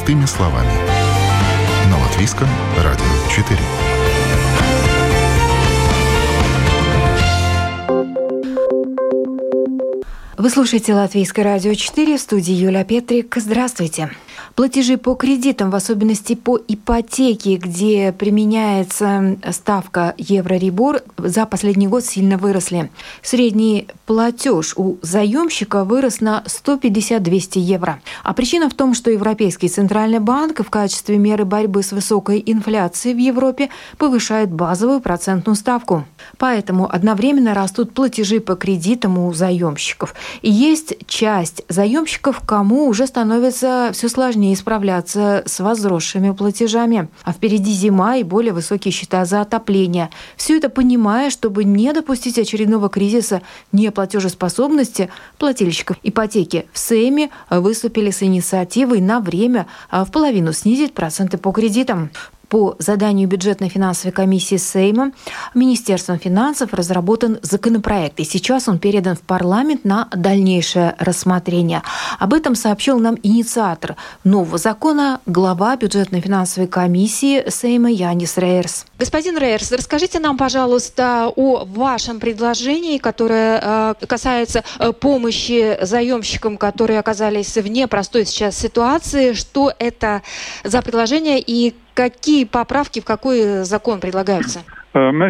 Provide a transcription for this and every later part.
Простыми словами. На Латвийском радио 4. Вы слушаете Латвийское радио 4, в студии Юлия Петрик. Здравствуйте. Платежи по кредитам, в особенности по ипотеке, где применяется ставка Еврорибор, за последний год сильно выросли. Средний платеж у заемщика вырос на 150-200 евро. А причина в том, что Европейский центральный банк в качестве меры борьбы с высокой инфляцией в Европе повышает базовую процентную ставку. Поэтому одновременно растут платежи по кредитам у заемщиков. И есть часть заемщиков, кому уже становится все сложнее справляться с возросшими платежами. А впереди зима и более высокие счета за отопление. Все это понимая, чтобы не допустить очередного кризиса неплатежеспособности плательщиков ипотеки. В Сейме выступили с инициативой на время в половину снизить проценты по кредитам. По заданию бюджетно-финансовой комиссии Сейма Министерством финансов разработан законопроект, и сейчас он передан в парламент на дальнейшее рассмотрение. Об этом сообщил нам инициатор нового закона, глава бюджетно-финансовой комиссии Сейма Янис Рейерс. Господин Рейерс, расскажите нам, пожалуйста, о вашем предложении, которое касается помощи заемщикам, которые оказались в непростой сейчас ситуации. Что это за предложение и какие поправки в какой закон предлагаются? Мы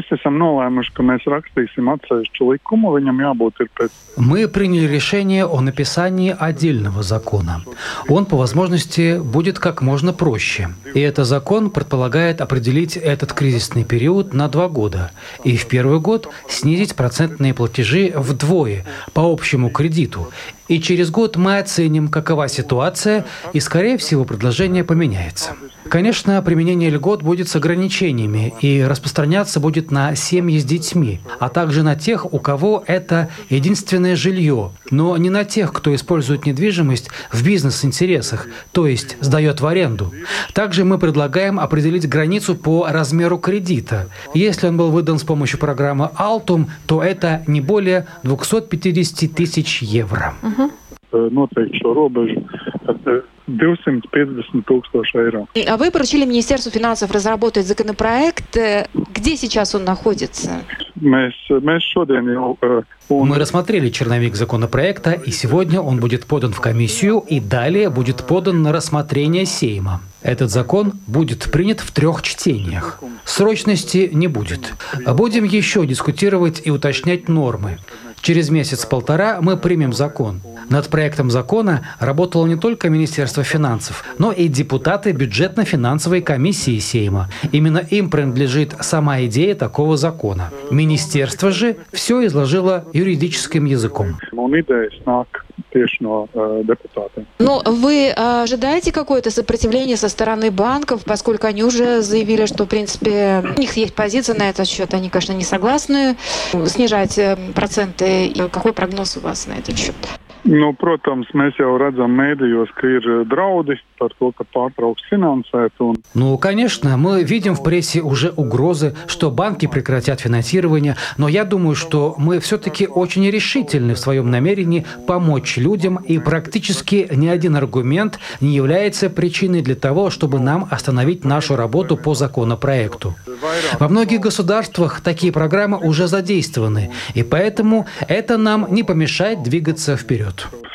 приняли решение о написании отдельного закона. Он, по возможности, будет как можно проще. И этот закон предполагает определить этот кризисный период на 2 года. И в первый год снизить процентные платежи вдвое по общему кредиту. И через год мы оценим, какова ситуация, и, скорее всего, предложение поменяется. Конечно, применение льгот будет с ограничениями и распространяться будет на семьи с детьми, а также на тех, у кого это единственное жилье, но не на тех, кто использует недвижимость в бизнес-интересах, то есть сдает в аренду. Также мы предлагаем определить границу по размеру кредита. Если он был выдан с помощью программы Altum, то это не более 250 тысяч евро. А вы поручили Министерству финансов разработать законопроект. Где сейчас он находится? Мы рассмотрели черновик законопроекта, и сегодня он будет подан в комиссию и далее будет подан на рассмотрение Сейма. Этот закон будет принят в 3 чтениях. Срочности не будет. Будем еще дискутировать и уточнять нормы. Через месяц-полтора мы примем закон. Над проектом закона работало не только Министерство финансов, но и депутаты бюджетно-финансовой комиссии Сейма. Именно им принадлежит сама идея такого закона. Министерство же все изложило юридическим языком. Но вы ожидаете какое-то сопротивление со стороны банков, поскольку они уже заявили, что, в принципе, у них есть позиция на этот счет, они, конечно, не согласны снижать проценты. И какой прогноз у вас на этот счет? Protams, mēs jau redzam mēdījos, ka ir draudi par to, ka pārtrauks finansēt. Конечно, мы видим в прессе уже угрозы, что банки прекратят финансирование, но я думаю, что мы все-таки очень решительны в своем намерении помочь людям, и практически ни один аргумент не является причиной для того, чтобы нам остановить нашу работу по законопроекту. Во многих государствах такие программы уже задействованы, и поэтому это нам не помешает двигаться вперед.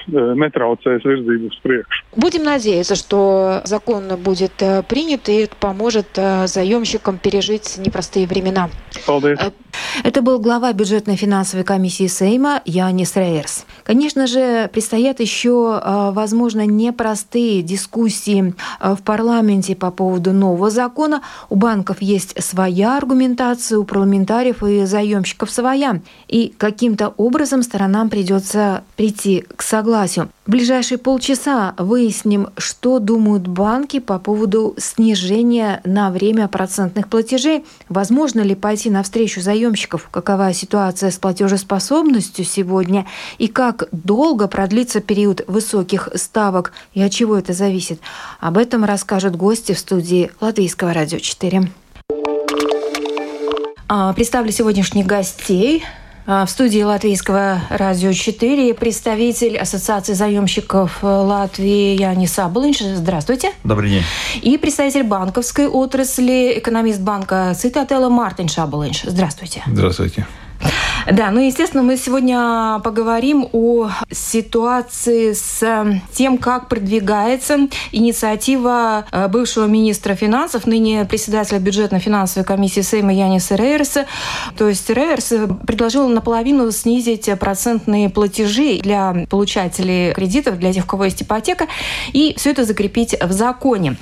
Будем надеяться, что закон будет принят и поможет заемщикам пережить непростые времена. Это был глава бюджетно-финансовой комиссии Сейма Янис Рейерс. Конечно же, предстоят еще, возможно, непростые дискуссии в парламенте по поводу нового закона. У банков есть своя аргументация, у парламентариев и заемщиков своя. И каким-то образом сторонам придется прийти к согласию. В ближайшие полчаса выясним, что думают банки по поводу снижения на время процентных платежей. Возможно ли пойти навстречу заемщиков? Какова ситуация с платежеспособностью сегодня? И как долго продлится период высоких ставок? И от чего это зависит? Об этом расскажут гости в студии Латвийского радио 4. Представлю сегодняшних гостей. В студии Латвийского радио 4 представитель Ассоциации заемщиков Латвии Янис Аболинш. Здравствуйте. Добрый день. И представитель банковской отрасли, экономист банка Цитадела Мартинш Аболинш. Здравствуйте. Здравствуйте. Да, естественно, мы сегодня поговорим о ситуации с тем, как продвигается инициатива бывшего министра финансов, ныне председателя бюджетно-финансовой комиссии Сейма Яниса Рейерса. То есть Рейерс предложил наполовину снизить процентные платежи для получателей кредитов, для тех, у кого есть ипотека, и все это закрепить в законе.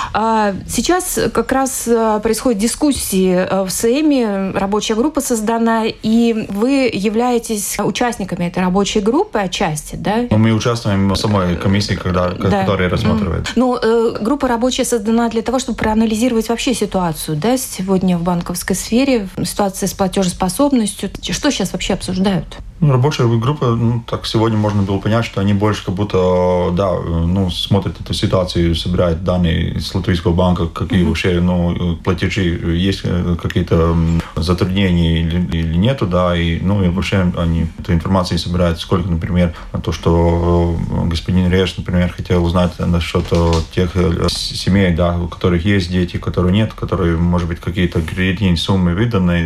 Сейчас как раз происходят дискуссии в Сейме, рабочая группа создана, и вы являетесь участниками этой рабочей группы отчасти, да? Мы участвуем в самой комиссии, которая рассматривает. Группа рабочая создана для того, чтобы проанализировать вообще ситуацию, да, сегодня в банковской сфере, ситуация с платежеспособностью. Что сейчас вообще обсуждают? Рабочая группа, так сегодня можно было понять, что они больше как будто, смотрят эту ситуацию, собирают данные из Латвийского банка, какие вообще, платежи, есть какие-то затруднения или нету, да, и вообще они эту информацию собирают, сколько, например, то, что господин Реш, например, хотел узнать насчет тех семей, да, у которых есть дети, у которых нет, которые, может быть, какие-то кредитные суммы выданы,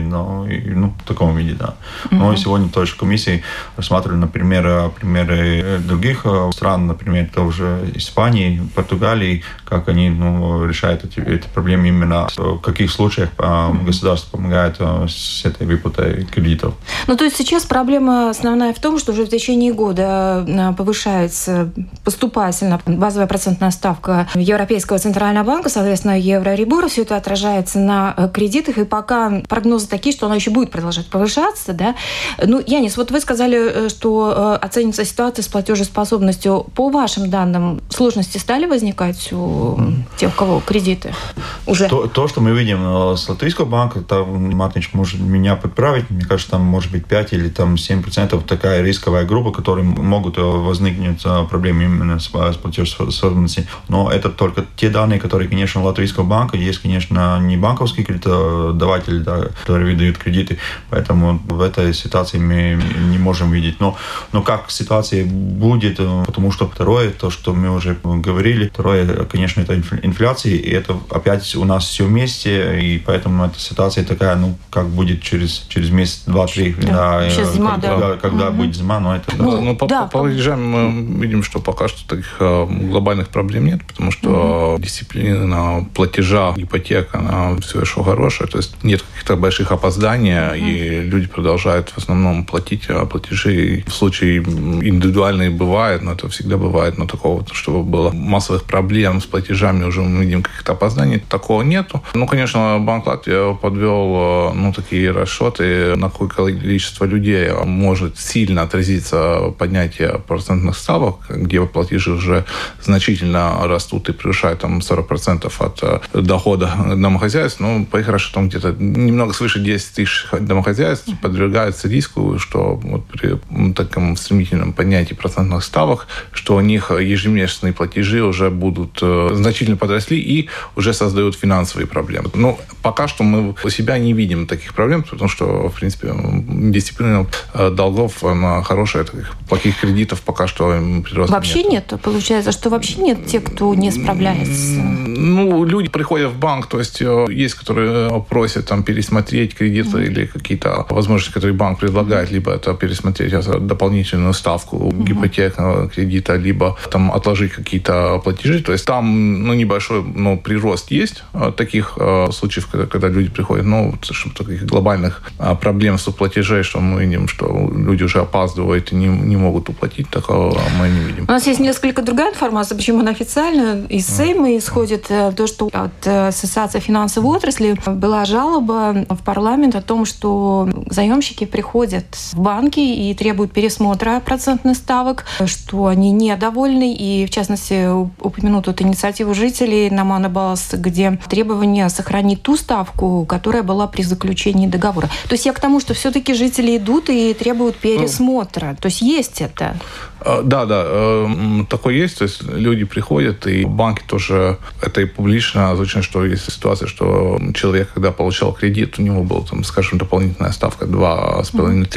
в таком виде, да. Но сегодня тоже в комиссии рассматривали, например, примеры других стран, например, тоже Испании, Португалии, как они решают эти проблемы именно, в каких случаях государство помогает с этой выплатой кредитов. То есть сейчас проблема основная в том, что уже в течение года повышается поступательно базовая процентная ставка Европейского центрального банка, соответственно, Еврорибор, все это отражается на кредитах, и пока прогнозы такие, что она еще будет продолжать повышаться, да. Янис, вы сказали, что оценится ситуация с платежеспособностью. По вашим данным, сложности стали возникать у тех, у кого кредиты уже? То, что мы видим с Латвийского банка, там Мартинш может меня подправить, мне кажется, там может быть 5 или 7% такая рисковая группа, которые могут возникнуть проблемы именно с платежеспособностью. Но это только те данные, которые, конечно, у Латвийского банка есть, конечно, не банковские кредитодаватели, да, которые выдают кредиты, поэтому в этой ситуации мы не можем видеть. Но как ситуация будет, потому что второе, то, что мы уже говорили, второе, конечно, это инфляция, и это опять у нас все вместе, и поэтому эта ситуация такая, как будет через месяц, 2-3, да, сейчас зима, когда будет зима, но это... По платежам мы видим, что пока что таких глобальных проблем нет, потому что дисциплина платежа, ипотека, она все еще хорошая, то есть нет каких-то больших опозданий, и люди продолжают в основном платить, а платежи в случае индивидуальные бывают, но это всегда бывает, но такого, чтобы было массовых проблем с платежами, уже мы видим каких-то опозданий, такого нету. Конечно, Банк Латвии подвел такие расчеты, на какое количество людей может сильно отразиться поднятие процентных ставок, где платежи уже значительно растут и превышают 40% от дохода домохозяйств. По их расчетам где-то немного свыше 10 тысяч домохозяйств подвергаются риску, что при таком стремительном поднятии процентных ставок, что у них ежемесячные платежи уже будут значительно подросли и уже создают финансовые проблемы. Пока что мы у себя не видим таких проблем, потому что, в принципе, дисциплина долгов, она хорошая, плохих кредитов пока что прироста вообще нет. Получается, что вообще нет тех, кто не справляется? Люди приходят в банк, то есть есть, которые просят пересмотреть кредиты или какие-то возможности, которые банк предлагает, либо это пересмотреть дополнительную ставку гипотечного кредита, либо отложить какие-то платежи. То есть там небольшой прирост есть таких случаев, когда люди приходят, чтобы таких глобальных проблем с платежей, что мы видим, что люди уже опаздывают и не могут уплатить, такого мы не видим. У нас есть несколько другая информация, почему она официально из Сейма исходит, то, что от Ассоциации финансовой отрасли была жалоба в парламент о том, что заемщики приходят в банки и требуют пересмотра процентных ставок, что они недовольны, и в частности упомянут эту инициативу жителей Намана Балас, где требование сохранить ту ставку, которая была при заключении договора. То есть я к тому, что все-таки жители идут и требуют пересмотра. То есть есть это? Да, такое есть. То есть люди приходят, и банки тоже, это и публично озвучено, что есть ситуация, что человек, когда получал кредит, у него была, скажем, дополнительная ставка 2,5-3%,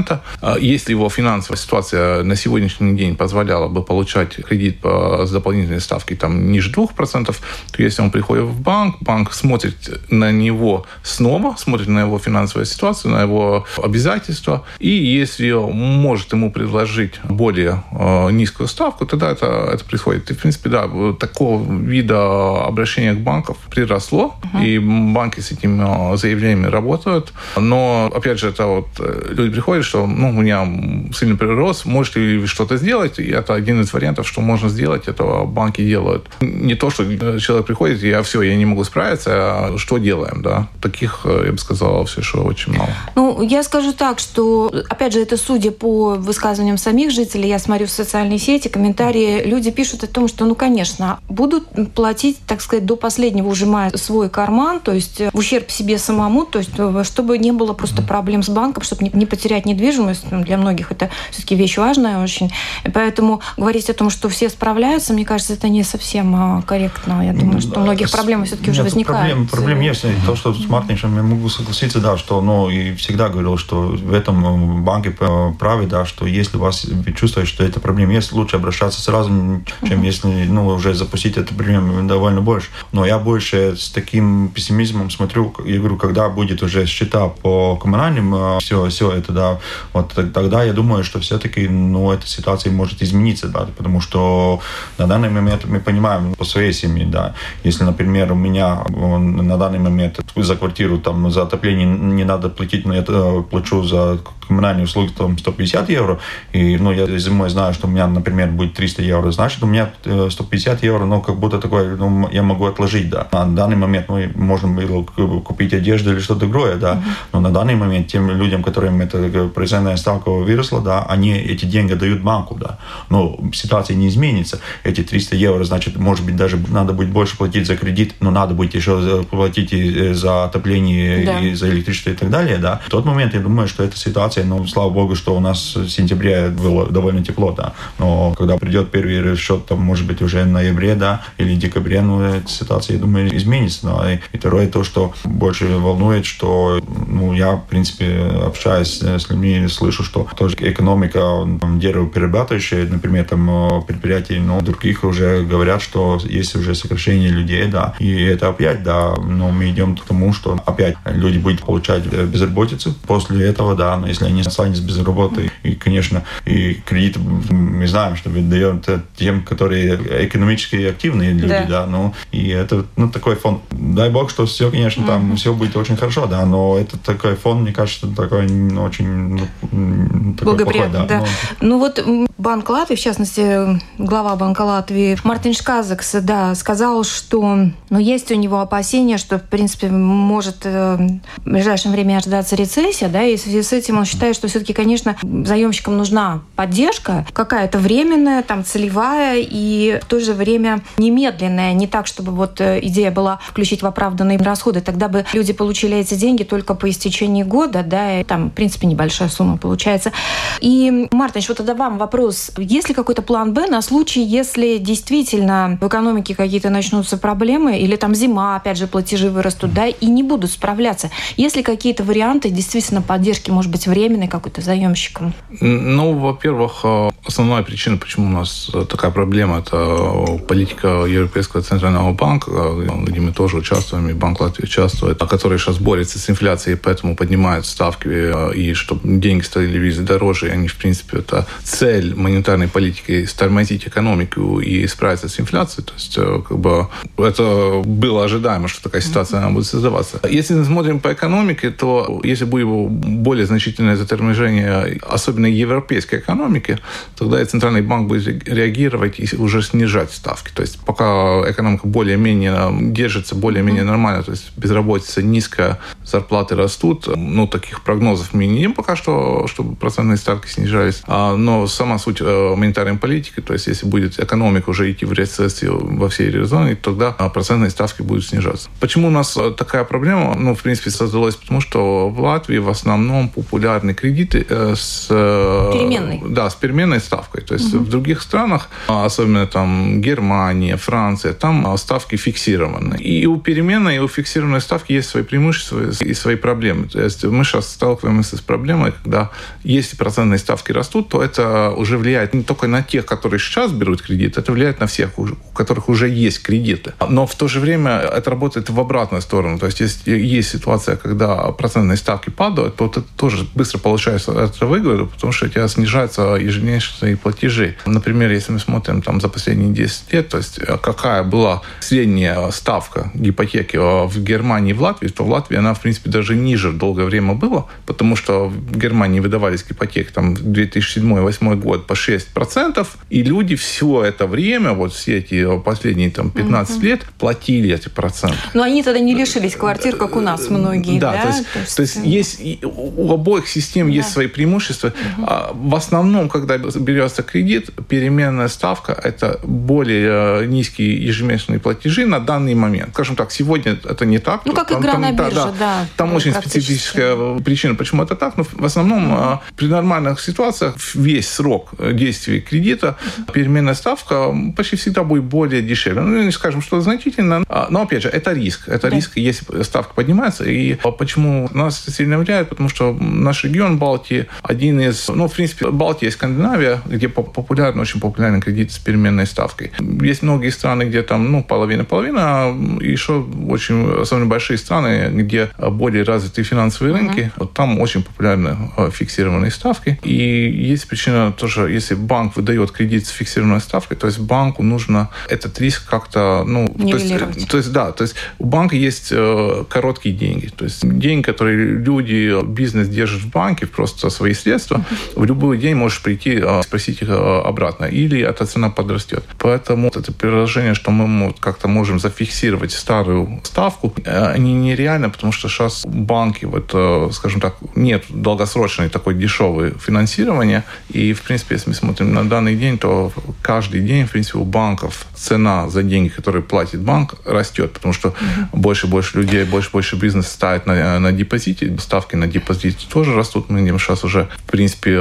3%. Если его финансовая ситуация на сегодняшний день позволяла бы получать кредит с дополнительной ставкой там, ниже 2%, то если он приходит в банк, банк смотрит на него снова, смотрит на его финансовую ситуацию, на его обязательства, и если может ему предложить более низкую ставку, тогда это происходит. И, в принципе, да, такого вида обращения к банкам приросло, и банки с этими заявлениями работают. Но, опять же, это вот люди приходят, что у меня сильный прирост, можете ли вы что-то сделать? И это один из вариантов, что можно сделать, это банки делают. Не то, что человек приходит, я не могу справиться, а что делаем, да? Таких, я бы сказал, все еще очень мало. Я скажу так, что, опять же, это судя по высказываниям самих жителей, я смотрю в социальные сети, комментарии, люди пишут о том, что, конечно, будут платить, так сказать, до последнего, ужимая свой карман, то есть в ущерб себе самому, то есть чтобы не было просто проблем с банком, чтобы не потерять недвижимость. Для многих это все-таки вещь важная очень. И поэтому говорить о том, что все справляются, мне кажется, это не совсем корректно. Я думаю, что у многих проблемы все-таки уже возникают. Проблем есть. То, что с Мартиншем я могу согласиться, да, что, и всегда говорил, что в этом банке правы, да, что если у вас чувствуете, что эта проблема есть, лучше обращаться сразу, чем если, уже запустить эту проблему довольно больше. Но я больше с таким пессимизмом смотрю, я говорю, когда будет уже счета по коммунальным, все это, да, вот тогда я думаю, что все-таки, эта ситуация может измениться, да, потому что на данный момент мы понимаем по своей семье, да, если, например, у меня на данный момент за квартиру, там, за отопление не надо платить, но я плачу за коммунальные услуги там 150 евро, и, я зимой знаю, что у меня, например, будет 300 евро, значит, у меня 150 евро, как будто такое, я могу отложить, да. На данный момент, можно было купить одежду или что-то другое, да, но на данный момент тем людям, которым эта процентная ставка выросла, да, они эти деньги дают банку, да, но ситуация не изменится. Эти 300 евро, значит, может быть, даже надо будет больше платить за кредит, но надо будет еще платить и за отопление, да, и за электричество и так далее, да. В тот момент я думаю, что эта ситуация, слава богу, что у нас в сентябре было довольно тепло, да, но когда придет первый расчет, там, может быть, уже в ноябре, да, или декабре, эта ситуация, я думаю, изменится. И второе, то, что больше волнует, что, я, в принципе, общаюсь с людьми, слышу, что тоже экономика деревоперерабатывающая, например, там, предприятий, других уже говорят, что есть уже сокращение людей, да, и это опять, да, мы идем к тому, что опять люди будут получать безработицу после этого, да, но если они останутся без работы, и, конечно, и кредит, мы знаем, что выдают тем, которые экономически активные люди, да, и это, такой фонд. Дай бог, что все, конечно, там все будет очень хорошо, да, но это такой фонд, мне кажется, такой очень такой благоприятный, плохой, да. Банк Латвии, в частности, глава Банка Латвии Мартинш Казакс, да, сказал, что, есть у него опасения, что, в принципе, может в ближайшем времени ожидаться рецессия, да, и в связи с этим он считает, что все-таки, конечно, заемщикам нужна поддержка, какая-то временная, там, целевая и в то же время немедленная, не так, чтобы идея была включить в оправданные расходы, тогда бы люди получили эти деньги только по истечении года, да, и там, в принципе, небольшая сумма получается. И, Мартинш, тогда вам вопрос. Есть ли какой-то план «Б» на случай, если действительно в экономике какие-то начнутся проблемы, или там зима, опять же, платежи вырастут, да, и не будут справляться? Есть ли какие-то варианты действительно поддержки, может быть, временной какой-то заемщикам? Во-первых, основная причина, почему у нас такая проблема, это политика Европейского центрального банка, где мы тоже участвуем, и Банк Латвии участвует, который сейчас борется с инфляцией, поэтому поднимает ставки, и чтобы деньги стали везде дороже, и они, в принципе, это цель монетарной политики – тормозить экономику и справиться с инфляцией. То есть, это было ожидаемо, что такая ситуация будет создаваться. Если мы смотрим по экономике, то если будет более значительное заторможение, особенно европейской экономики, тогда и Центральный банк будет реагировать и уже снижать ставки. То есть, пока экономика более-менее держится, более-менее нормально, то есть безработица низкая, зарплаты растут, таких прогнозов мы не видим пока что, чтобы процентные ставки снижались. Но сама суть суть монетарной политики. То есть, если будет экономика уже идти в рецессию во всей еврозоне, тогда процентные ставки будут снижаться. Почему у нас такая проблема? Ну, в принципе, создалась потому, что в Латвии в основном популярны кредиты с переменной. Да, с переменной ставкой. То есть в других странах, особенно там Германия, Франция, там ставки фиксированы. И у переменной, и у фиксированной ставки есть свои преимущества и свои проблемы. То есть мы сейчас сталкиваемся с проблемой, когда если процентные ставки растут, то это уже влияет не только на тех, которые сейчас берут кредит, это влияет на всех, у которых уже есть кредиты. Но в то же время это работает в обратную сторону. То есть если есть ситуация, когда процентные ставки падают, то ты тоже быстро получаешь это выгоду, потому что у тебя снижаются ежемесячные платежи. Например, если мы смотрим там за последние 10 лет, то есть какая была средняя ставка ипотеки в Германии и в Латвии, то в Латвии она, в принципе, даже ниже долгое время была, потому что в Германии выдавались ипотеки там в 2007-2008 год по 6%, и люди все это время, вот все эти последние там 15 лет, платили эти проценты. Но они тогда не лишились квартир, как у нас многие, да? То есть есть, у обоих систем есть свои преимущества. В основном, когда берется кредит, переменная ставка – это более низкие ежемесячные платежи на данный момент. Скажем так, сегодня это не так. Ну, как игра на бирже, да. Там очень специфическая причина, почему это так. Но в основном при нормальных ситуациях весь срок действия кредита переменная ставка почти всегда будет более дешевле. Ну, не скажем, что значительно, но, опять же, это риск. Это риск, если ставка поднимается. И почему нас это сильно влияет? Потому что наш регион Балтии один из... Ну, в принципе, Балтия и Скандинавия, где очень популярны кредиты с переменной ставкой. Есть многие страны, где там, половина-половина, а еще очень, особенно большие страны, где более развитые финансовые рынки, вот там очень популярны фиксированные ставки. И есть причина тоже, если банк выдает кредит с фиксированной ставкой, то есть банку нужно этот риск как-то, нивелировать. То есть у банка есть короткие деньги. То есть деньги, которые люди, бизнес держит в банке, просто свои средства, в любой день можешь прийти, спросить их обратно, или эта цена подрастет. Поэтому это предложение, что мы как-то можем зафиксировать старую ставку, они нереально, потому что сейчас банки, скажем так, нет долгосрочной такой дешевой финансирования. И, в принципе, если мы смотрим на данный день, то каждый день, в принципе, у банков цена за деньги, которые платит банк, растет, потому что больше и больше людей, больше и больше бизнес ставит на депозите. Ставки на депозите тоже растут. Мы видим, сейчас уже, в принципе,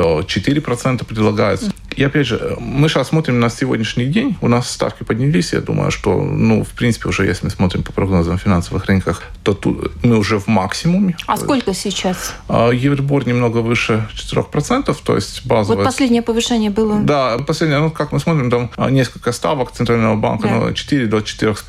4% предлагается. И, опять же, мы сейчас смотрим на сегодняшний день. У нас ставки поднялись. Я думаю, что, в принципе, уже если мы смотрим по прогнозам финансовых рынках, то тут мы уже в максимуме. А сколько сейчас? Евробор немного выше 4%, то есть базовое... Вот последнее повышение было? Да, последнее, как мы смотрим, там несколько ставок Центрального банка, 4 до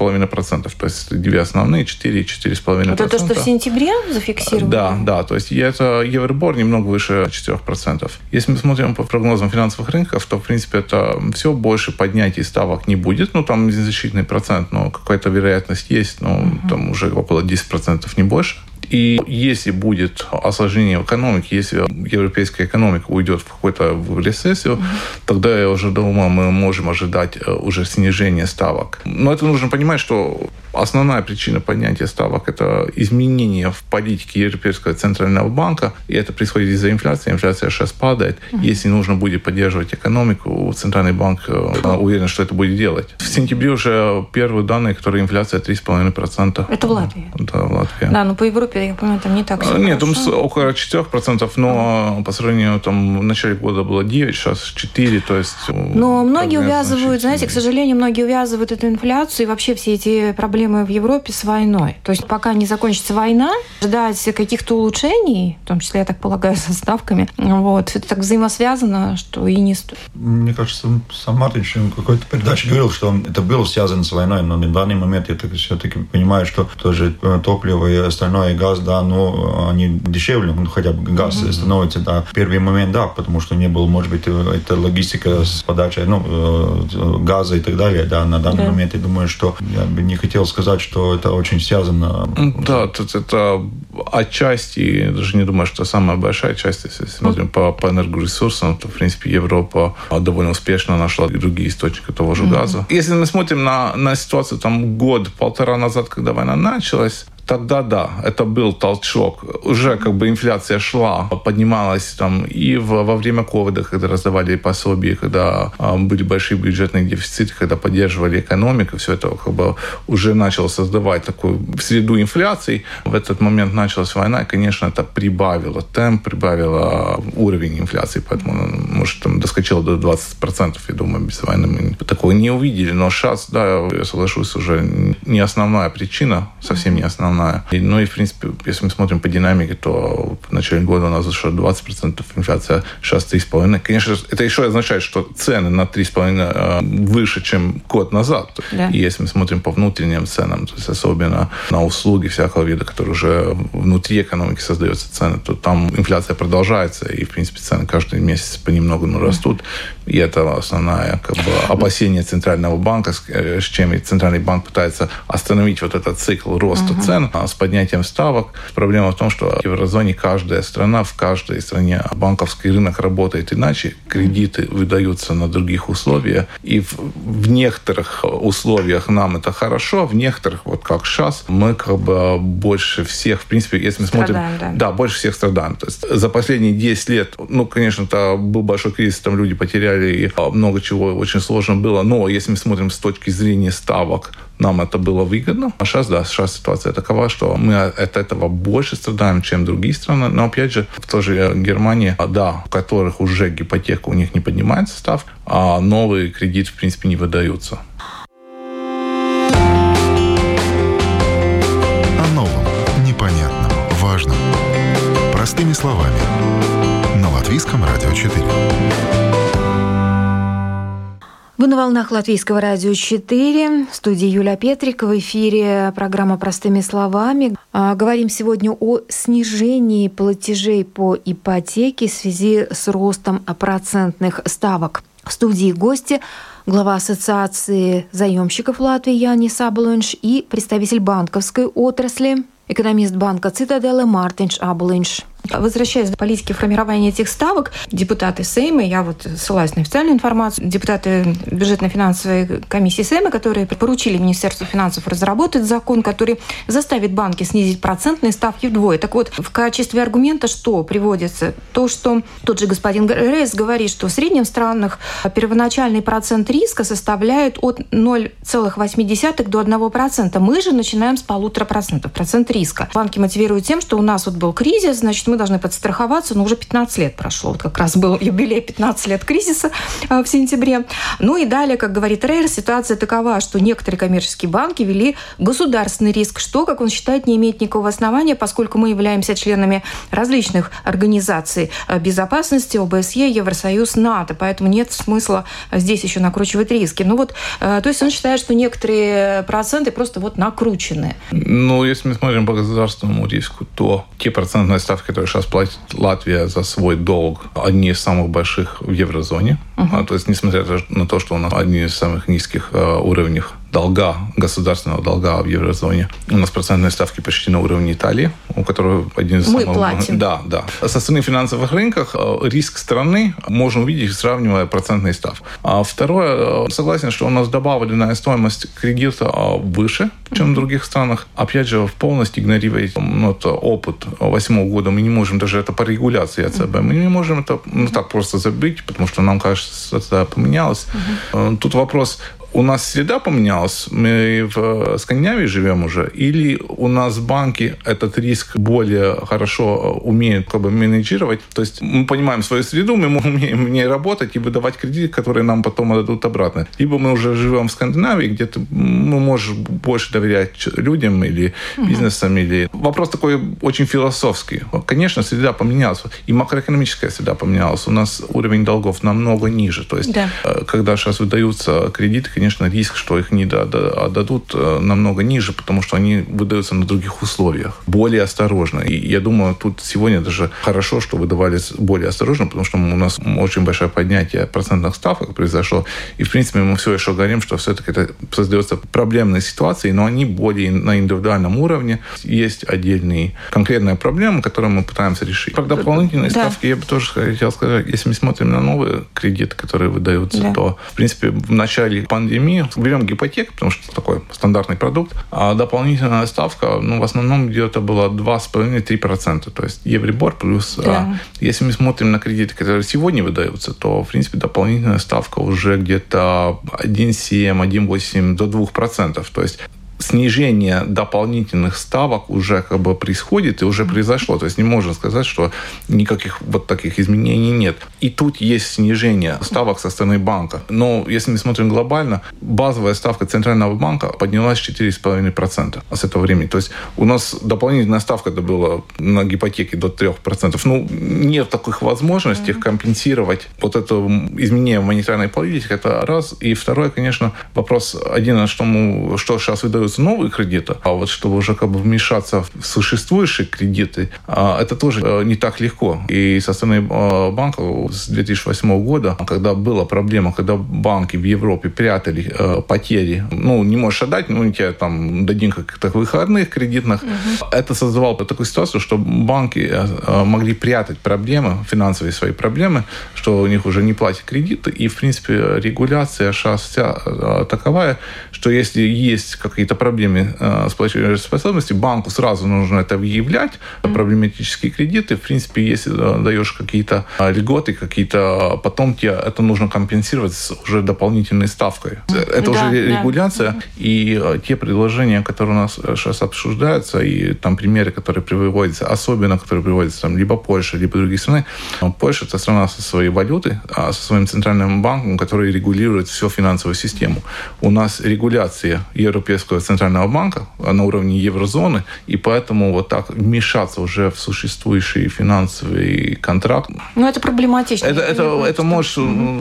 4,5%. То есть две основные, 4 и 4,5%. Вот это что в сентябре зафиксировано? Да, то есть это Евробор немного выше 4%. Если мы смотрим по прогнозам финансовых рынков, то, в принципе, это все больше поднятий ставок не будет. Там незначительный процент, но какая-то вероятность есть, там уже около 10%, не больше. И если будет осложнение в экономике, если европейская экономика уйдет в какую-то рецессию, тогда, я уже думаю, мы можем ожидать уже снижения ставок. Но это нужно понимать, что основная причина поднятия ставок – это изменение в политике Европейского центрального банка, и это происходит из-за инфляции. Инфляция сейчас падает. Если нужно будет поддерживать экономику, Центральный банк уверен, что это будет делать. В сентябре уже первые данные, которые инфляция 3,5%. Это в Латвии? Да, в Латвии. Да, по Европе, я понимаю, там не так все Нет, хорошо. там около 4%, но по сравнению, в начале года было 9, сейчас 4, то есть... Но многие увязывают, знаете, к сожалению, многие увязывают эту инфляцию и вообще все эти проблемы в Европе с войной. То есть пока не закончится война, ждать каких-то улучшений, в том числе, я так полагаю, со ставками, это так взаимосвязано, что и не стоит. Мне кажется, сам Мартин в какой-то передаче говорил, что это было связано с войной, но на данный момент я все-таки понимаю, что тоже топливо и остальное, газ, они дешевле, хотя бы газ становится, в первый момент, потому что не было, может быть, это логистика с подачей газа и так далее, на данный момент я думаю, что я бы не хотел сказать, что это очень связано. Да, это отчасти, даже не думаю, что самая большая часть, если смотрим по энергоресурсам, то, в принципе, Европа довольно успешно нашла другие источники того же газа. Если мы смотрим на ситуацию год-полтора назад, когда война началась, тогда да, это был толчок. Уже как бы инфляция шла, поднималась там и во время ковида, когда раздавали пособия, когда были большие бюджетные дефициты, когда поддерживали экономику, все это как бы уже начало создавать такую среду инфляции. В этот момент началась война, и, конечно, это прибавило темп, прибавило уровень инфляции, поэтому, может, там доскочило до 20%, я думаю, без войны мы такого не увидели. Но сейчас, да, я соглашусь, уже не основная причина, совсем не основная. Ну и, в принципе, если мы смотрим по динамике, то в начале года у нас вышло 20% инфляция, сейчас 3,5%. Конечно, это еще означает, что цены на 3,5% выше, чем год назад. Да. И если мы смотрим по внутренним ценам, то есть особенно на услуги всякого вида, которые уже внутри экономики создаются цены, то там инфляция продолжается, и, в принципе, цены каждый месяц понемногу растут. И это основное как бы опасение Центрального банка, с чем и Центральный банк пытается остановить вот этот цикл роста цен с поднятием ставок. Проблема в том, что в еврозоне каждая страна, в каждой стране банковский рынок работает иначе, кредиты выдаются на других условиях, и в некоторых условиях нам это хорошо, в некоторых, вот как сейчас, мы как бы больше всех, в принципе, если мы смотрим... Да, больше всех страдаем. То есть за последние 10 лет, ну, конечно, это был большой кризис, там люди потеряли, и много чего очень сложно было, но если мы смотрим с точки зрения ставок, нам это было выгодно. А сейчас, да, сейчас ситуация такова, что мы от этого больше страдаем, чем другие страны. Но, опять же, в той же Германии, да, в которых уже гипотека у них не поднимается ставка, а новые кредиты, в принципе, не выдаются. О новом, непонятном, важном. Простыми словами. На Латвийском радио 4. Вы на волнах Латвийского радио 4. В студии Юлия Петрик. В эфире программа «Простыми словами». Говорим сегодня о снижении платежей по ипотеке в связи с ростом процентных ставок. В студии гости глава Ассоциации заемщиков Латвии Jānis Aboliņš и представитель банковской отрасли, экономист банка «Цитаделе» Мартинš Aboliņš. Возвращаясь к политике формирования этих ставок, депутаты Сейма, я вот ссылаюсь на официальную информацию, депутаты бюджетно-финансовой комиссии Сейма, которые поручили Министерству финансов разработать закон, который заставит банки снизить процентные ставки вдвое. Так вот, в качестве аргумента что приводится? То, что тот же господин Рейс говорит, что в среднем в странах первоначальный процент риска составляет от 0,8 до 1%. Мы же начинаем с 1,5%, процент риска. Банки мотивируют тем, что у нас вот был кризис, значит, мы должны подстраховаться, но уже 15 лет прошло. Вот как раз был юбилей 15 лет кризиса в сентябре. Ну и далее, как говорит Рейер, ситуация такова, что некоторые коммерческие банки ввели государственный риск, что, как он считает, не имеет никакого основания, поскольку мы являемся членами различных организаций безопасности, ОБСЕ, Евросоюз, НАТО, поэтому нет смысла здесь еще накручивать риски. Ну вот, то есть он считает, что некоторые проценты просто вот накручены. Ну, если мы смотрим по государственному риску, то те процентные ставки, которые сейчас платит Латвия за свой долг, одни из самых больших в еврозоне. То есть, несмотря на то, что у нас одни из самых низких уровней долга, государственного долга в еврозоне. У нас процентные ставки почти на уровне Италии, у которой один из самых... Мы платим. Да. Со стороны финансовых рынков риск страны можно увидеть, сравнивая процентные ставки. А второе, согласен, что у нас добавленная стоимость кредита выше, чем в других странах. Опять же, полностью игнорировать опыт 2008 года мы не можем, даже это по регуляции ЕЦБ, мы не можем это так просто забыть, потому что нам кажется, это поменялось. Тут вопрос... У нас среда поменялась, мы в Скандинавии живем уже, или у нас банки этот риск более хорошо умеют как бы менеджировать, то есть мы понимаем свою среду, мы умеем в ней работать и выдавать кредиты, которые нам потом отдадут обратно. Либо мы уже живем в Скандинавии, где ты можешь больше доверять людям или бизнесам. Или... Вопрос такой очень философский. Конечно, среда поменялась, и макроэкономическая среда поменялась. У нас уровень долгов намного ниже. То есть, когда сейчас выдаются кредиты, конечно, риск, что их не отдадут, намного ниже, потому что они выдаются на других условиях, более осторожно. И я думаю, тут сегодня даже хорошо, что выдавались более осторожно, потому что у нас очень большое поднятие процентных ставок произошло. И, в принципе, мы все еще говорим, что все-таки это создается проблемные ситуации, но они более на индивидуальном уровне. Есть отдельные конкретные проблемы, которые мы пытаемся решить. Про дополнительные ставки я бы тоже хотел сказать, если мы смотрим на новые кредиты, которые выдаются, то, в принципе, в начале пандемии пандемии. Берем гипотеку, потому что это такой стандартный продукт, а дополнительная ставка, в основном где-то было 2,5-3%. То есть Евробор плюс... Если мы смотрим на кредиты, которые сегодня выдаются, то, в принципе, дополнительная ставка уже где-то 1,7, 1,8 до 2%. То есть снижение дополнительных ставок уже происходит и уже произошло. То есть не можно сказать, что никаких вот таких изменений нет. И тут есть снижение ставок со стороны банка. Но если мы смотрим глобально, базовая ставка Центрального банка поднялась 4,5% с этого времени. То есть у нас дополнительная ставка была на гипотеке до 3%. Нет таких возможностей компенсировать вот это изменение в монетарной политике. Это раз. И второе, конечно, вопрос один, что сейчас выдают новые кредиты, а вот чтобы уже вмешаться в существующие кредиты, это тоже не так легко. И со стороны банков с 2008 года, когда была проблема, когда банки в Европе прятали потери, не можешь отдать, тебе дадим каких-то выходных кредитных, это создавало такую ситуацию, что банки могли прятать проблемы, финансовые свои проблемы, что у них уже не платят кредиты, и, в принципе, регуляция сейчас вся таковая, что если есть какие-то проблемы с платежеспособностью, банку сразу нужно это выявлять, проблематические кредиты. В принципе, если даешь какие-то льготы, потом тебе это нужно компенсировать с уже дополнительной ставкой. Это уже регуляция. И те предложения, которые у нас сейчас обсуждаются, и примеры, которые приводятся, особенно которые приводятся либо Польша, либо другие страны. Польша – это страна со своей валютой, со своим центральным банком, который регулирует всю финансовую систему. У нас регуляция Европейского центрального банка на уровне еврозоны, и поэтому вот так вмешаться уже в существующий финансовый контракт. Это проблематично. Это может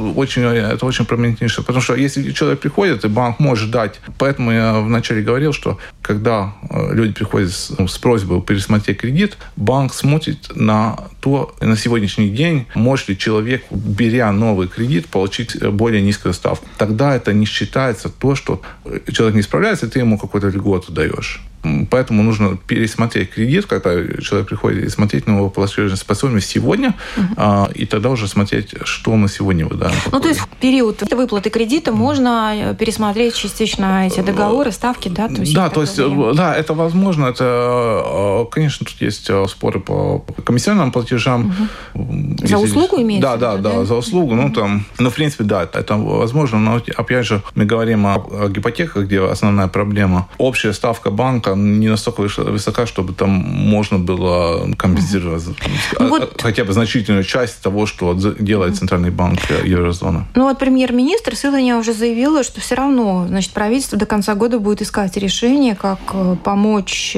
очень проблематично, потому что если человек приходит, и банк может дать. Поэтому я вначале говорил, что когда люди приходят с просьбой пересмотреть кредит, банк смотрит на сегодняшний день, может ли человек, беря новый кредит, получить более низкую ставку. Тогда это не считается то, что человек не справляется, и ты ему какую-то льготу даешь. Поэтому нужно пересмотреть кредит, когда человек приходит, и смотреть на его платежеспособность сегодня, и тогда уже смотреть, что мы сегодня выдаем. То есть в период выплаты кредита можно пересмотреть частично эти договоры, ставки, да? Это возможно. Это, конечно, тут есть споры по комиссионным платежам. За услугу имеется? Да, за услугу. В принципе, да, это возможно. Но, опять же, мы говорим о гипотеках, где основная проблема. Общая ставка банка не настолько высока, чтобы там можно было компенсировать хотя бы значительную часть того, что делает Центральный банк еврозоны. Премьер-министр Силаня уже заявила, что все равно, правительство до конца года будет искать решение, как помочь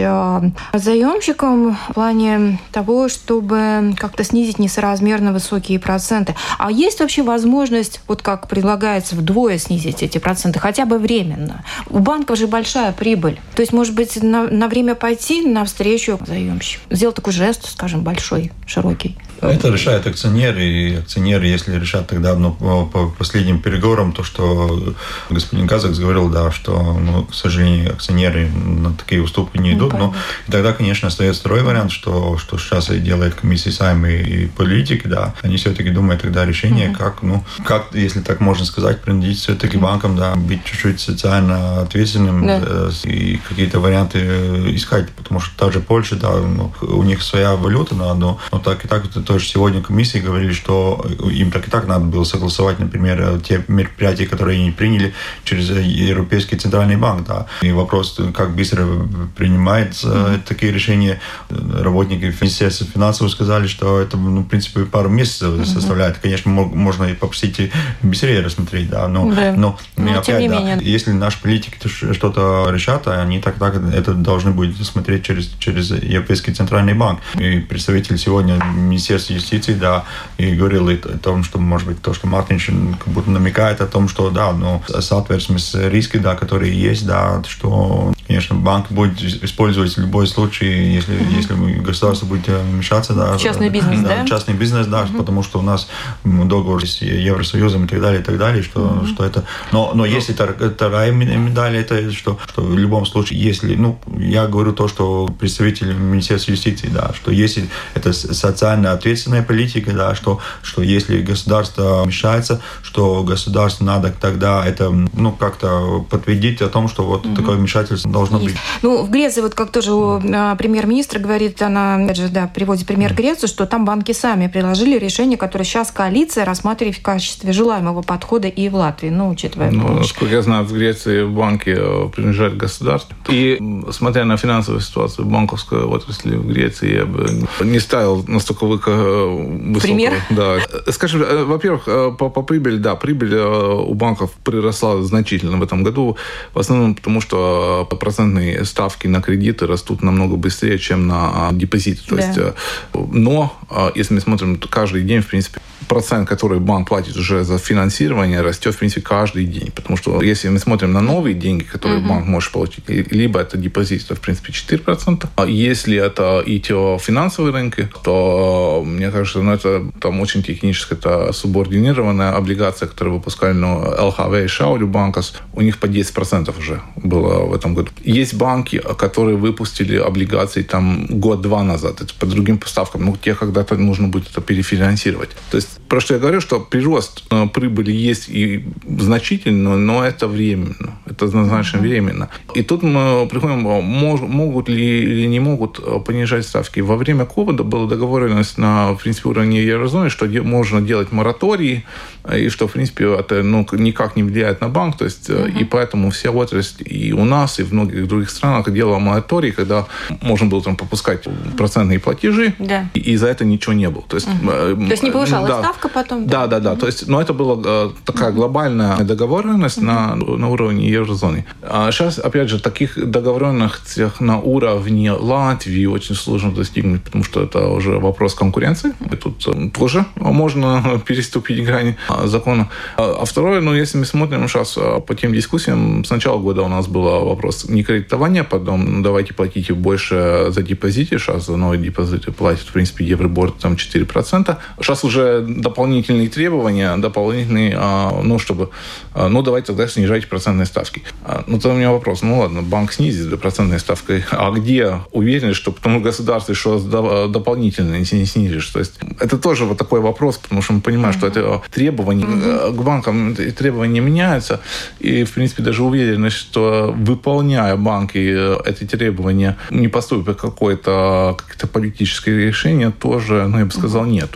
заемщикам в плане того, чтобы как-то снизить несоразмерно высокие проценты. А есть вообще возможность, как предлагается, вдвое снизить эти проценты, хотя бы временно? У банков же большая прибыль. То есть, может быть, на время пойти навстречу заемщику, сделать такой жест, скажем, большой, широкий. Это решают акционеры, и акционеры, если решат тогда по последним переговорам, то, что господин Казакс говорил, что, к сожалению, акционеры на такие уступки не идут. Но тогда, конечно, остается второй вариант, что сейчас и делает комиссия Сайма и политики, они все-таки думают тогда решение, как, если так можно сказать, принудить все-таки банкам, быть чуть-чуть социально ответственным и какие-то варианты искать, потому что та же Польша, у них своя валюта, но так и так тоже сегодня комиссии говорили, что им так и так надо было согласовать, например, те мероприятия, которые они приняли через Европейский центральный банк. И вопрос, как быстро принимаются такие решения. Работники Министерства финансов сказали, что это, в принципе, пару месяцев составляет. Конечно, можно и попросить быстрее рассмотреть, но опять, если наши политики что-то решат, они так это должны будут смотреть через Европейский центральный банк. И представитель сегодня Министерства юстиции, и говорил о том, что, может быть, то, что Мартинш как будто намекает о том, что, соответственно, риски, которые есть, что, конечно, банк будет использовать в любой случай, если государство будет вмешаться, частный бизнес, частный бизнес, потому что у нас договор с Евросоюзом и так далее, что это... Но если вторая медаль, это что в любом случае, если, я говорю то, что представитель Министерства юстиции, что если это социальная ответственность, ответственная политика, да, что если государство вмешается, что государству надо тогда это, как-то подтвердить о том, что вот такое вмешательство должно быть. В Греции, вот как тоже премьер-министр говорит, она, опять же, приводит пример Грецию, что там банки сами предложили решение, которое сейчас коалиция рассматривает в качестве желаемого подхода и в Латвии, учитывая помощь. Насколько я знаю, в Греции банки принадлежат государству. И, смотря на финансовую ситуацию банковской отрасли в Греции, я бы не ставил настолько высокого. Пример? Да. Скажем, во-первых, по прибыли, да, прибыль у банков приросла значительно в этом году, в основном потому, что процентные ставки на кредиты растут намного быстрее, чем на депозиты. То есть, но если мы смотрим, то каждый день, в принципе, процент, который банк платит уже за финансирование, растет, в принципе, каждый день. Потому что если мы смотрим на новые деньги, которые банк может получить, либо это депозит, это, в принципе, 4%. А если это и те финансовые рынки, то, мне кажется, это там очень технически, это субординированная облигация, которую выпускали ЛХВ и Шаулю Банкас, у них по 10% уже было в этом году. Есть банки, которые выпустили облигации там год-два назад. Это по другим поставкам. Те когда-то нужно будет это перефинансировать. То есть, про что я говорю, что прирост прибыли есть и значительно, но это временно. Это однозначно временно. И тут мы приходим, могут ли или не могут понижать ставки. Во время ковида была договоренность на, в принципе, уровне еврозоны, что можно делать моратории, и что, в принципе, это никак не влияет на банк. То есть, и поэтому вся отрасль и у нас, и в многих других странах делала моратории, когда можно было там попускать процентные платежи, и за это ничего не было. То есть не повышалась ставка потом? Да. То есть, это была такая глобальная договоренность на уровне еврозоны. А сейчас, опять же, таких договоренностей на уровне Латвии очень сложно достигнуть, потому что это уже вопрос конкуренции. И тут тоже можно переступить грани закона. А второе, если мы смотрим сейчас по тем дискуссиям, с начала года у нас был вопрос не кредитования, потом давайте платите больше за депозиты. Сейчас за новые депозиты платят, в принципе, Евробор там 4%. Сейчас уже дополнительные требования, чтобы, давайте тогда снижайте процентные ставки. Тогда у меня вопрос, ладно, банк снизит до процентной ставки, а где уверенность, что потому государство что дополнительно не снизишь? То есть это тоже вот такой вопрос, потому что мы понимаем, что это требования к банкам, требования меняются, и, в принципе, даже уверенность, что выполняя банки эти требования, не поступит какое-то политическое решение, тоже, я бы сказал, нету.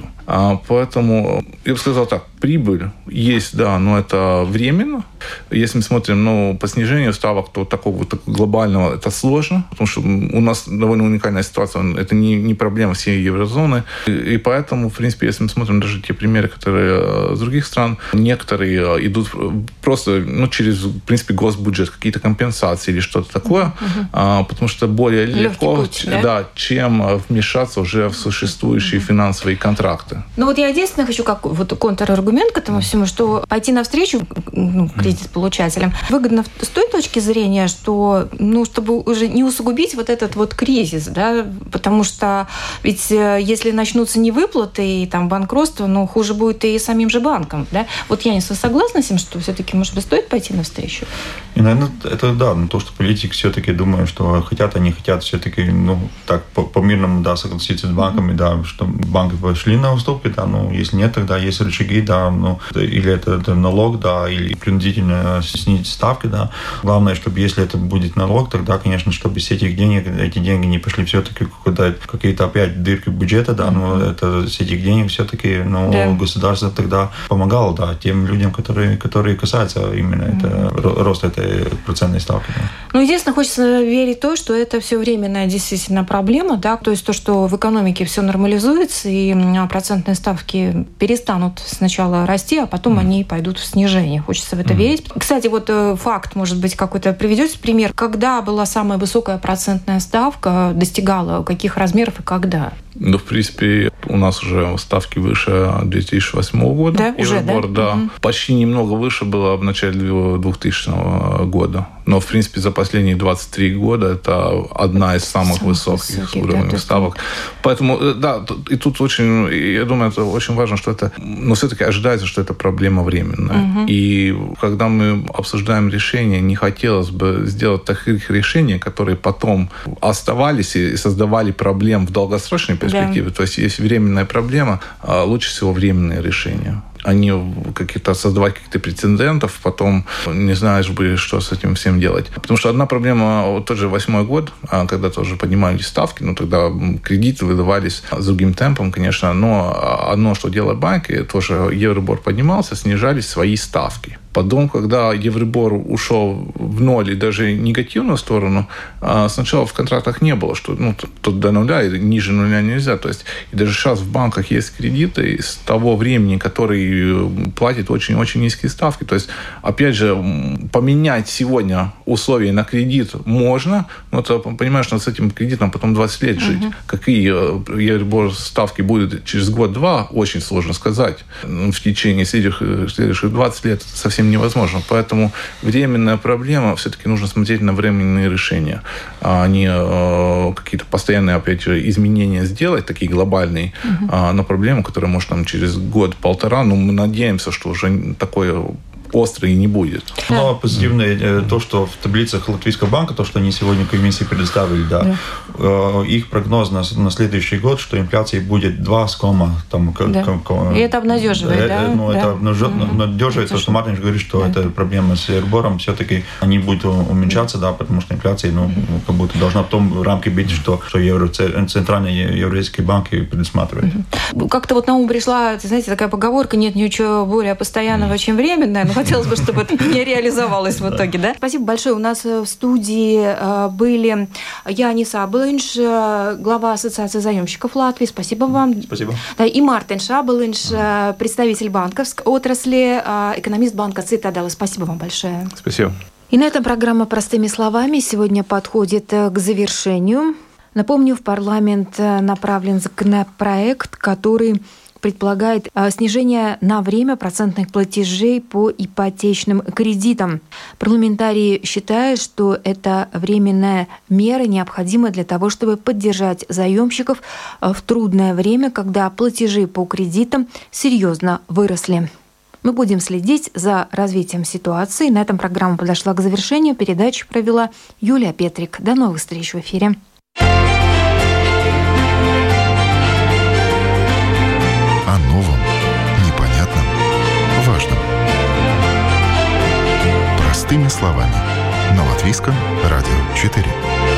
Поэтому я бы сказал так, прибыль есть, да, но это временно. Если мы смотрим по снижению ставок, то такого глобального это сложно, потому что у нас довольно уникальная ситуация, это не проблема всей еврозоны. И поэтому, в принципе, если мы смотрим даже те примеры, которые с других стран, некоторые идут просто через, в принципе, госбюджет, какие-то компенсации или что-то такое, потому что более легко, путь, чем вмешаться уже в существующие финансовые контракты. Я единственное хочу как контраргумент к этому всему, что пойти навстречу кредитополучателям выгодно с той точки зрения, что чтобы уже не усугубить этот кризис, да, потому что ведь если начнутся невыплаты и банкротство, хуже будет и самим же банкам, да. Янис, вы согласны с тем, что все-таки, может быть, стоит пойти навстречу? И, наверное, это то, что политики все-таки думают, что хотят, они хотят все-таки, по-мирному, согласиться с банками, что банки пошли на уступки, если нет, тогда есть рычаги, или это налог, или принудительно снизить ставки, Главное, чтобы если это будет налог, тогда, конечно, чтобы с этих денег, эти деньги не пошли все-таки какие-то опять дырки бюджета, это с этих денег все-таки, государство тогда помогало, тем людям, которые касаются именно роста этой процентной ставки. Единственное, хочется верить в то, что это все временная действительно проблема, то есть то, что в экономике все нормализуется и процентные ставки перестанут сначала расти, а потом они пойдут в снижение. Хочется в это верить. Кстати, факт, может быть, какой-то приведете пример, когда была самая высокая процентная ставка, достигала каких размеров и когда? В принципе, у нас уже ставки выше 2008 года. Да, уже, Почти немного выше было в начале 2000 года. Но, в принципе, за последние 23 года это одна из самых высоких уровней ставок. Поэтому, да, и тут очень, я думаю, это очень важно, что это, но все-таки ожидается, что это проблема временная. И когда мы обсуждаем решения, не хотелось бы сделать таких решений, которые потом оставались и создавали проблем в долгосрочной перспективе. То есть, если временная проблема, лучше всего временные решения. Они создавать каких-то прецедентов, потом не знаешь бы, что с этим всем делать. Потому что одна проблема, вот тот же 8-й год, когда тоже поднимались ставки, тогда кредиты выдавались с другим темпом, конечно, но одно, что делали банки, тоже Евробор поднимался, снижались свои ставки. Потом, когда Евробор ушел в ноль и даже негативную сторону, сначала в контрактах не было, что тут до нуля и ниже нуля нельзя. То есть, и даже сейчас в банках есть кредиты с того времени, которые платят очень-очень низкие ставки. То есть, опять же, поменять сегодня условия на кредит можно, но ты понимаешь, что с этим кредитом потом 20 лет жить. Какие Евробор ставки будут через год-два, очень сложно сказать. В течение следующих 20 лет совсем невозможно. Поэтому временная проблема, все-таки нужно смотреть на временные решения, а не какие-то постоянные, опять же, изменения сделать, такие глобальные, на проблему, которая может через год-полтора, но мы надеемся, что уже такое острый не будет. Но позитивное то, что в таблицах Латвийского банка, то, что они сегодня комиссии предоставили, их прогноз на следующий год, что инфляция будет 2, и это обнадеживает, да? Это обнадеживает, потому что Мартинш говорит, что это проблема с Евробором, все-таки они будут уменьшаться, потому что инфляция, как будто должна в том рамке быть, что центральные еврейские банки предусматривают. Как-то вот на ум пришла, знаете, такая поговорка: нет ничего более постоянного, чем временное. Хотелось бы, чтобы это не реализовалось в итоге, да? Спасибо большое. У нас в студии были Jānis Āboliņš, глава Ассоциации заемщиков Латвии. Спасибо вам. Спасибо. Да, и Мартинš Āboliņš, представитель банковской отрасли, экономист банка Цитадель. Спасибо вам большое. Спасибо. И на этом программа «Простыми словами» сегодня подходит к завершению. Напомню, в парламент направлен законопроект, который предполагает снижение на время процентных платежей по ипотечным кредитам. Парламентарии считают, что эта временная мера необходима для того, чтобы поддержать заемщиков в трудное время, когда платежи по кредитам серьезно выросли. Мы будем следить за развитием ситуации. На этом программа подошла к завершению. Передачу провела Юлия Петрик. До новых встреч в эфире. О новом, непонятном, важном. Простыми словами. На Латвийском радио 4.